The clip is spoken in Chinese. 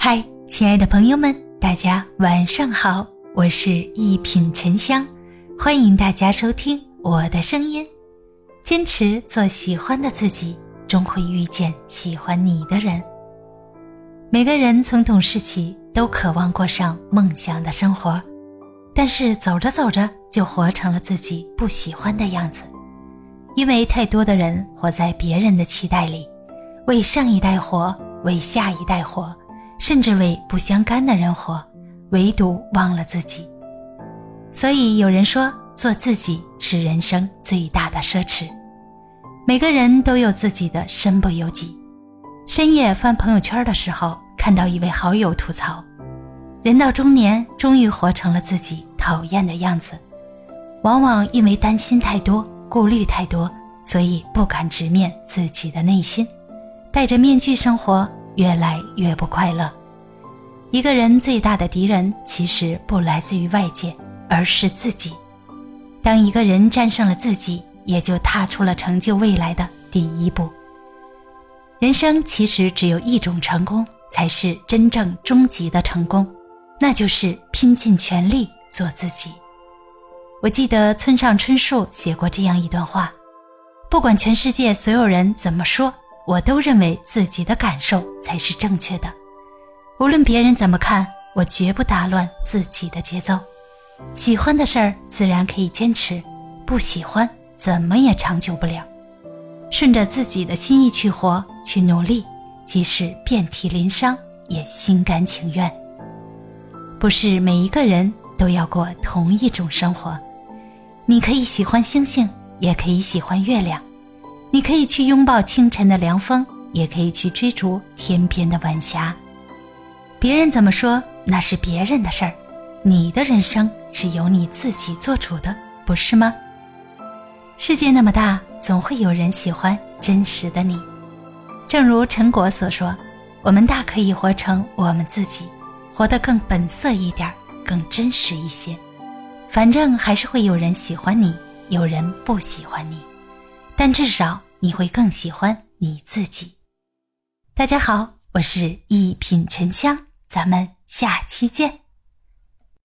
嗨，亲爱的朋友们，大家晚上好，我是一品沉香，欢迎大家收听我的声音。坚持做喜欢的自己，终会遇见喜欢你的人。每个人从懂事起都渴望过上梦想的生活，但是走着走着就活成了自己不喜欢的样子。因为太多的人活在别人的期待里，为上一代活，为下一代活，甚至为不相干的人活，唯独忘了自己。所以有人说，做自己是人生最大的奢侈。每个人都有自己的身不由己。深夜翻朋友圈的时候，看到一位好友吐槽，人到中年终于活成了自己讨厌的样子，往往因为担心太多，顾虑太多，所以不敢直面自己的内心，戴着面具生活，越来越不快乐。一个人最大的敌人其实不来自于外界，而是自己。当一个人战胜了自己，也就踏出了成就未来的第一步。人生其实只有一种成功，才是真正终极的成功，那就是拼尽全力做自己。我记得村上春树写过这样一段话，不管全世界所有人怎么说，我都认为自己的感受才是正确的。无论别人怎么看，我绝不打乱自己的节奏。喜欢的事儿自然可以坚持，不喜欢怎么也长久不了。顺着自己的心意去活，去努力，即使遍体鳞伤，也心甘情愿。不是每一个人都要过同一种生活，你可以喜欢星星，也可以喜欢月亮，你可以去拥抱清晨的凉风，也可以去追逐天边的晚霞。别人怎么说，那是别人的事儿，你的人生是由你自己做主的，不是吗？世界那么大，总会有人喜欢真实的你。正如陈果所说，我们大可以活成我们自己，活得更本色一点，更真实一些。反正还是会有人喜欢你，有人不喜欢你，但至少你会更喜欢你自己。大家好，我是一品沉香，咱们下期见。